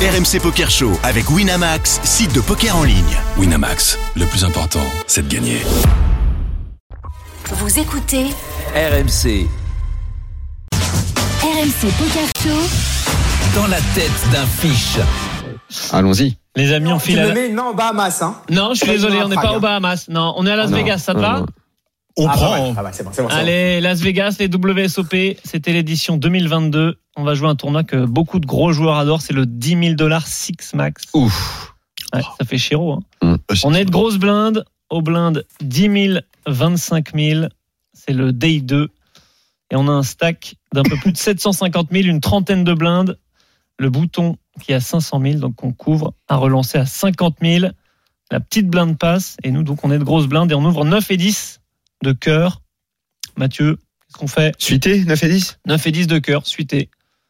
RMC Poker Show avec Winamax, site de poker en ligne. Winamax, le plus important, c'est de gagner. Vous écoutez RMC. RMC Poker Show. Dans la tête d'un fiche. Allons-y. Les amis, on file Tu à me mets une main aux Bahamas, hein. Non, je suis désolé, on n'est pas aux Bahamas. Non, on est à Las Vegas, ça te va? On prend. Ah ouais, c'est bon. Allez, Las Vegas, les WSOP, c'était l'édition 2022. On va jouer un tournoi que beaucoup de gros joueurs adorent, c'est le $10 000 Six Max. Ouf. Ouais, ça fait chéro. Hein. On est de grosses blindes. Aux blindes, 10 000, 25 000. C'est le Day 2. Et on a un stack d'un peu plus de 750 000, une trentaine de blindes. Le bouton qui est à 500 000, donc on couvre, à relancer à 50 000. La petite blinde passe. Et nous, donc, on est de grosses blindes et on ouvre 9 et 10 de cœur. Mathieu, qu'est-ce qu'on fait? Suité, 9 et 10 9 et 10 de cœur, suité.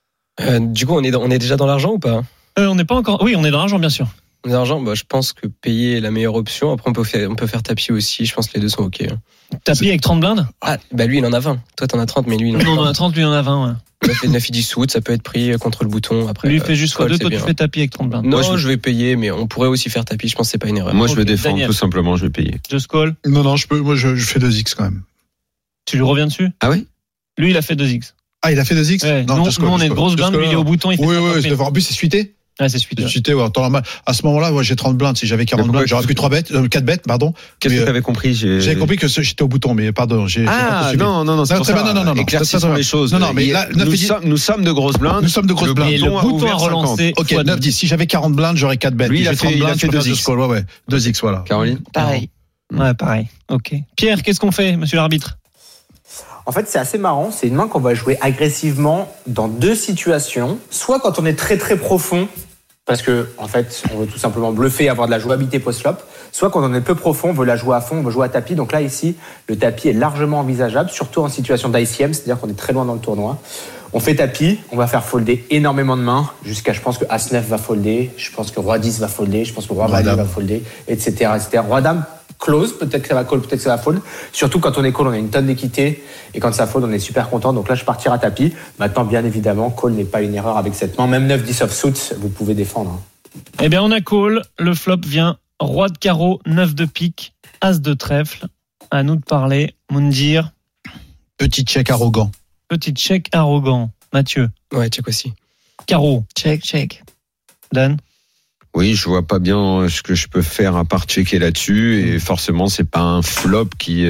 Du coup, on est déjà dans l'argent ou pas? On n'est pas encore. Oui, on est dans l'argent, bien sûr. On est dans l'argent, je pense que payer est la meilleure option. Après, on peut faire tapis aussi. Je pense que les deux sont OK. Tapis avec 30 blindes? Lui, il en a 20. Toi, t'en as 30, mais lui, il en a 20. Non, on en a 30, lui, il en a 20. Ouais. 9 et 10 sous, ça peut être pris contre le bouton. Après, lui, il fait juste x2, toi, tu fais tapis avec 30 blindes. Non, je vais payer, mais on pourrait aussi faire tapis. Je pense que c'est pas une erreur. Moi, je vais défendre, Daniel. tout simplement, je vais payer. Just call. Non, je peux. Moi, je fais 2x quand même. Tu lui reviens dessus? Ah oui? Lui, il a fait 2x. Ah, il a fait 2x? Ouais. Non, Nous, on est de grosses blindes, lui, il est au bouton, il fait 50 000. En plus, c'est suité. Ah, c'est suité. Suité, ouais. À ce moment-là, j'ai 30 blindes. Si j'avais 40 blindes, j'aurais pris 4 bêtes, pardon. Qu'est-ce que t'avais compris? J'avais compris que j'étais au bouton, mais pardon. Non, c'est pour ça. Non. Éclaircissons les choses. Non, mais là, nous sommes de grosses blindes. Nous sommes de grosses blindes. Et le bouton a relancé. Ok, 9-10. Si j'avais 40 blindes, j'aurais 4 bêtes. Lui, il a fait 2x. Ouais, 2x, voilà. Caroline? Pareil. Ouais, pareil. Ok. Pierre, qu'est-ce qu'on fait, monsieur l'arbitre? En fait, c'est assez marrant. C'est une main qu'on va jouer agressivement dans deux situations. Soit quand on est très très profond, parce que en fait, on veut tout simplement bluffer, avoir de la jouabilité post-flop. Soit quand on est peu profond, on veut la jouer à fond, on veut jouer à tapis. Donc là, ici, le tapis est largement envisageable, surtout en situation d'ICM, c'est-à-dire qu'on est très loin dans le tournoi. On fait tapis, on va faire folder énormément de mains, jusqu'à, je pense que As-9 va folder, je pense que Roi-10 va folder, je pense que Roi-Valet va folder, etc. Roi-Dame, close, peut-être que ça va call, peut-être que ça va fold. Surtout quand on est call, on a une tonne d'équité, et quand ça fold, on est super content. Donc là, je partirai à tapis. Maintenant, bien évidemment, call n'est pas une erreur avec cette main. Même 9-10 offsuit, vous pouvez défendre. Eh bien, on a call. Le flop vient Roi de carreau, 9 de pique, As de trèfle. À nous de parler. Moundir. Petit check arrogant. Petit check arrogant. Mathieu. Ouais, check aussi. Carreau. Check. Dan. Oui, je vois pas bien ce que je peux faire à part checker là-dessus, et forcément c'est pas un flop qui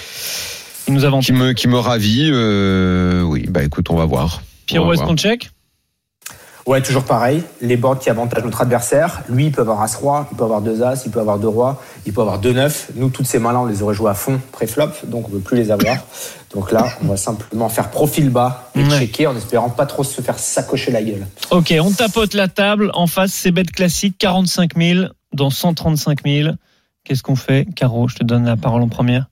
me ravit. Oui, écoute, on va voir. Pierrot, est-ce qu'on check? Ouais, toujours pareil. Les boards qui avantagent notre adversaire. Lui, il peut avoir As-Roi, il peut avoir 2 As, il peut avoir 2 Rois, il peut avoir 2 9. Nous, toutes ces mains-là, on les aurait jouées à fond pré-flop, donc on ne peut plus les avoir. Donc là, on va simplement faire profil bas et checker en espérant pas trop se faire sacocher la gueule. Ok, on tapote la table. En face, c'est bête classique, 45 000 dans 135 000. Qu'est-ce qu'on fait? Caro, je te donne la parole en première.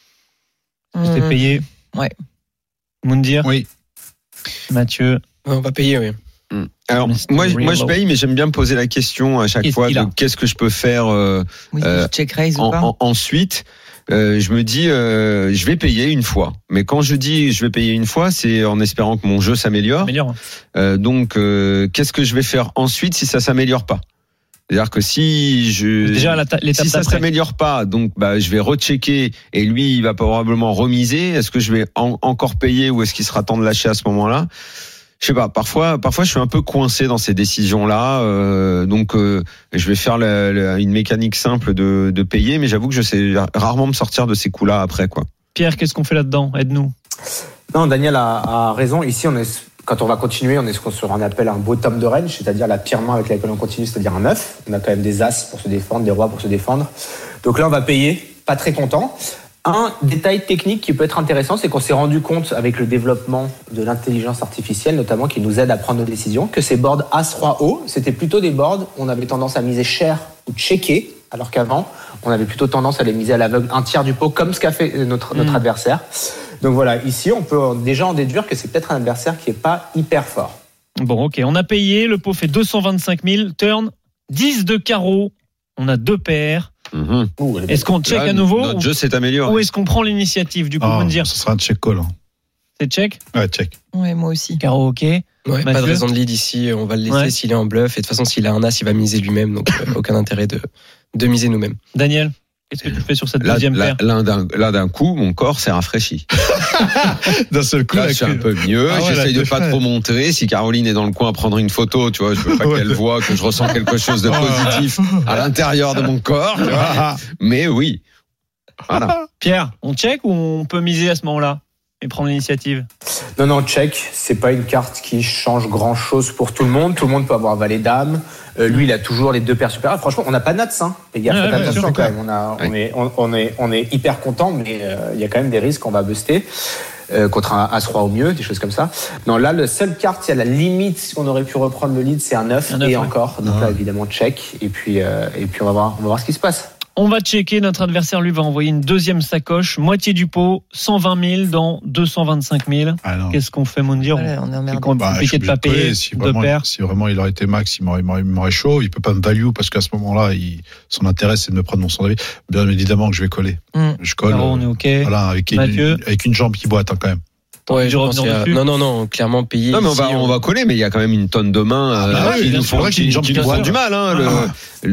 T'es payé? Ouais. Moundir? Oui. Mathieu? Ouais, on va payer, oui. Alors, moi je paye, mais j'aime bien me poser la question à chaque fois de qu'est-ce que je peux faire check raise ou pas. Ensuite. Je me dis, je vais payer une fois. Mais quand je dis je vais payer une fois, c'est en espérant que mon jeu s'améliore. Donc, qu'est-ce que je vais faire ensuite si ça s'améliore pas? C'est-à-dire que si ça s'améliore pas, donc je vais rechecker et lui il va probablement remiser. Est-ce que je vais encore payer ou est-ce qu'il sera temps de lâcher à ce moment-là? Je sais pas. Parfois, je suis un peu coincé dans ces décisions-là. Donc, je vais faire une mécanique simple de payer, mais j'avoue que je sais rarement me sortir de ces coups-là après, quoi. Pierre, qu'est-ce qu'on fait là-dedans? Aide-nous. Non, Daniel a raison. Ici, quand on va continuer, on est ce qu'on appelle un bottom de range, c'est-à-dire la pire main avec laquelle on continue, c'est-à-dire un 9. On a quand même des As pour se défendre, des Rois pour se défendre. Donc là, on va payer. Pas très content. Un détail technique qui peut être intéressant, c'est qu'on s'est rendu compte avec le développement de l'intelligence artificielle, notamment qui nous aide à prendre nos décisions, que ces boards As-Roi-Haut, c'était plutôt des boards où on avait tendance à miser cher ou checker, alors qu'avant, on avait plutôt tendance à les miser à l'aveugle un tiers du pot, comme ce qu'a fait notre adversaire. Donc voilà, ici, on peut déjà en déduire que c'est peut-être un adversaire qui n'est pas hyper fort. Bon, ok, on a payé, le pot fait 225 000, turn, 10 de carreau, on a 2 paires. Est-ce qu'on check à nouveau notre jeu s'est amélioré. Ou est-ce qu'on prend l'initiative du coup? Ce sera un check call. C'est check? Ouais, check. Ouais, moi aussi. Caro, ok. Ouais, pas de raison de lead ici. On va le laisser s'il est en bluff. Et de toute façon, s'il a un as, il va miser lui-même. Donc, aucun intérêt de miser nous-mêmes. Daniel, qu'est-ce que tu fais sur cette deuxième paire? Là, d'un coup, mon corps s'est rafraîchi. D'un seul coup, là, je suis un peu mieux. J'essaye de pas trop montrer. Si Caroline est dans le coin à prendre une photo, tu vois, je veux pas qu'elle voit que je ressens quelque chose de positif à l'intérieur de mon corps. Tu vois. Mais oui. Voilà. Pierre, on check ou on peut miser à ce moment-là et prendre l'initiative? Non, check. C'est pas une carte qui change grand-chose pour tout le monde. Tout le monde peut avoir valet dame. Lui, il a toujours les deux paires supérieures. Franchement, on n'a pas de Nats, hein. Les gars, faites attention quand même. On est hyper content, mais il y a quand même des risques. On va buster contre un As-Roi au mieux, des choses comme ça. Non, là, le seul carte, il y a la limite qu'on aurait pu reprendre le lead, c'est un 9 et encore. Donc là, évidemment, check. Et puis on va voir ce qui se passe. On va checker, notre adversaire lui va envoyer une deuxième sacoche, moitié du pot, 120 000 dans 225 000. Qu'est-ce qu'on fait, Moundir? On est emmerdé. C'est compliqué de pas payer deux paires. Si vraiment il aurait été max, il m'aurait chaud. Il peut pas me value parce qu'à ce moment-là, son intérêt c'est de me prendre mon 100 000. Bien évidemment que je vais coller. Je colle. Alors, on est OK. Voilà, avec une jambe qui boite quand même. Ouais, non, clairement payer. Non, mais on va coller, mais il y a quand même une tonne de mains qui nous font du mal. Hein,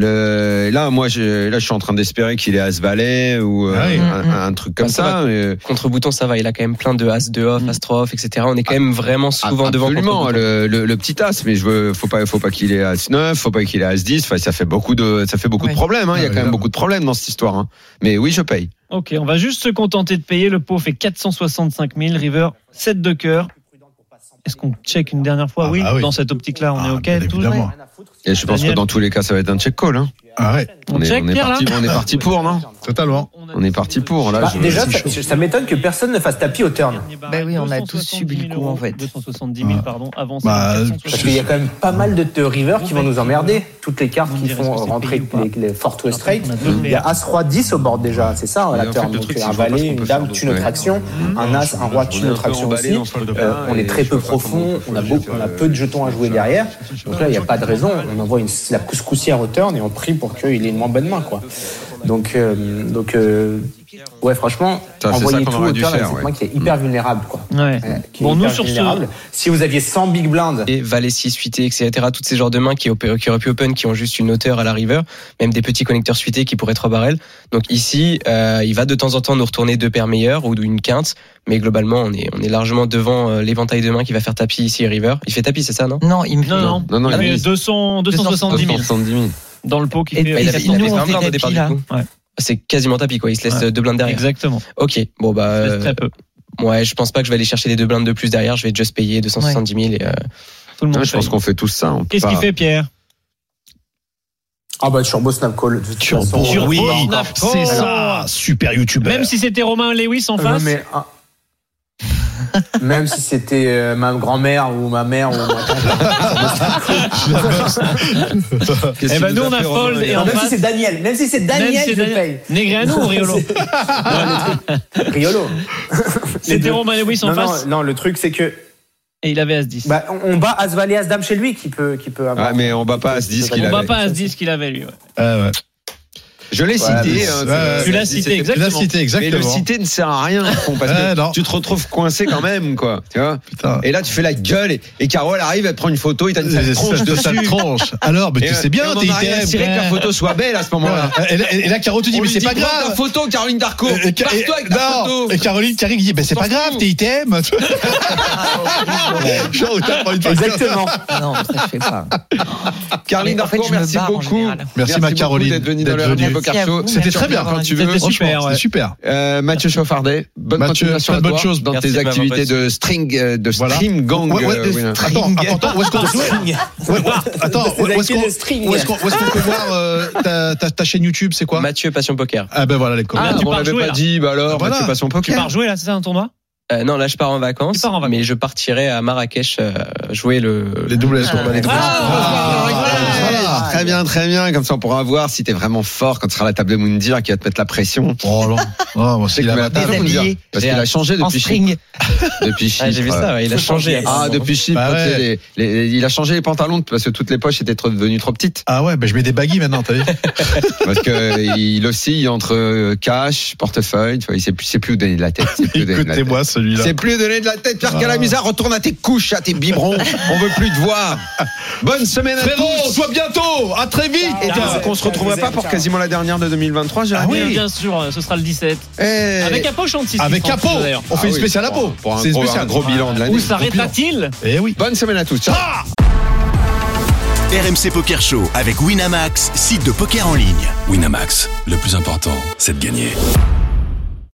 là, moi, je suis en train d'espérer qu'il est As-Valet ou un truc comme ça. Contre bouton, ça va. Il a quand même plein de As de off, As 3 off, etc. On est quand même vraiment souvent devant. Absolument, le petit As, mais faut pas qu'il ait As 9, faut pas qu'il ait As 10. Enfin, ça fait beaucoup de problèmes. Hein. Il y a quand même beaucoup de problèmes dans cette histoire. Hein. Mais oui, je paye. Ok, on va juste se contenter de payer. Le pot fait 465 000. River, 7 de cœur. Est-ce qu'on check une dernière fois? Oui, dans cette optique-là, on est OK. Évidemment. Et je pense que dans tous les cas, ça va être un check call. Hein. On est parti pour, non? Totalement. On est parti pour. Là, déjà, ça m'étonne que personne ne fasse tapis au turn. Oui, on a tous subi le coup en fait. 270 000, pardon, avant. Parce qu'il y a quand même pas mal de rivers qui vont nous emmerder. Toutes les cartes qui font rentrer les Fort West Straight. Il y a As Roi 10 au board déjà, c'est ça la turn. Donc un valet, une dame tue notre action, un As, un Roi tue notre action aussi. On est très peu profond, on a peu de jetons à jouer derrière. Donc là, il n'y a pas de raison. On envoie la couscoussière au turn et on prie pour qu'il ait une moins bonne main, quoi. Donc ouais, franchement, envoyez tout au turn avec cette main qui est hyper vulnérable, quoi. Bon, nous sur si vous aviez 100 big blinds et valet 6 suité, etc., toutes ces genres de mains qui auraient pu open, qui ont juste une hauteur à la river, même des petits connecteurs suités qui pourraient 3 barrels. Donc ici, il va de temps en temps nous retourner 2 paires meilleures ou une quinte, mais globalement, on est largement devant l'éventail de mains qui va faire tapis ici river. Il fait tapis, c'est ça, non? Non, il fait 270 000. Dans le pot qui fait. Il avait fait un blind au départ du coup. C'est quasiment tapis, quoi. Il se laisse 2 blindes derrière. Exactement. Ok, bon bah. Très peu. Ouais, je pense pas que je vais aller chercher les 2 blindes de plus derrière. Je vais just payer 270 000 et. Tout le monde. Je pense qu'on fait tous ça. Qu'est-ce qu'il fait, Pierre? Turbo Snap Call. Turbo Snap Call. C'est ça, super youtubeur. Même si c'était Romain Lewis en face. Même si c'était ma grand-mère ou ma mère ou ma tante. Nous on a fold et en même face. Si c'est Daniel, je paye. Negreanu ou Riolo? Riolo. C'était Romain Lewis en face. Non, le truc c'est que. Et il avait As-10. On bat As-Valet, As-Dame chez lui qui peut avoir. Ah, mais on bat pas As-10 qu'il avait. On bat pas As-10 qu'il avait lui. Ouais. Je l'ai cité. Tu l'as cité exactement. Mais le citer ne sert à rien, parce que tu te retrouves coincé quand même, quoi. Tu vois. Et là, tu fais la gueule et Caro, elle arrive, elle te prend une photo, il t'a une sale tronche dessus. Alors, mais tu sais bien, t'es assuré que la photo soit belle à ce moment-là. Et là, Caro te dit, mais c'est pas grave. Ta photo, Caroline Darco. Pars-toi avec ta photo. Et Caroline qui dit, c'est pas grave, t'es item. Exactement. Non, ça je fais pas. Caroline Darco, merci beaucoup. Merci ma Caroline d'être venue dans le c'était très bien quand tu veux. C'était super. Mathieu Chauffardet, bonne continuation à toi dans tes activités de stream gang. Attends, où est-ce qu'on peut voir ta chaîne YouTube, c'est quoi? Mathieu Passion Poker. Ah ben voilà les copains. On l'avait pas dit, alors Mathieu Passion Poker. Tu pars jouer là, c'est ça un tournoi? Non, là je pars en vacances, mais je partirai à Marrakech jouer les doubles. très bien, très bien. Comme ça, on pourra voir si t'es vraiment fort quand tu seras à la table de Moundir qui va te mettre la pression. Oh non. Non, moi, C'est que la table de Moundir. Parce qu'il a changé depuis Chypre. Depuis Chypre. J'ai vu ça, il a changé. Depuis Chypre, il a changé les pantalons parce que toutes les poches étaient devenues trop petites. Ah ouais, je mets des baggies maintenant, t'as vu? Parce que il oscille entre cash, portefeuille, tu vois, il sait plus où donner de la tête. Écoutez-moi, celui-là. C'est plus donner de la tête. Pierre Calamusa, retourne à tes couches, à tes biberons. On veut plus te voir. Bonne semaine à tous. Frérot, on se voit bientôt. À très vite. Et qu'on se retrouvera pas pour quasiment la dernière de 2023, Jérémy. Oui, bien sûr, ce sera le 17. Avec Apo Chantis. Avec Apo. On fait une spéciale Apo. Pour un gros bilan de l'année. Où s'arrêtera-t-il? Eh oui. Bonne semaine à tous. Ciao. RMC Poker Show avec Winamax, site de poker en ligne. Winamax, le plus important, c'est de gagner.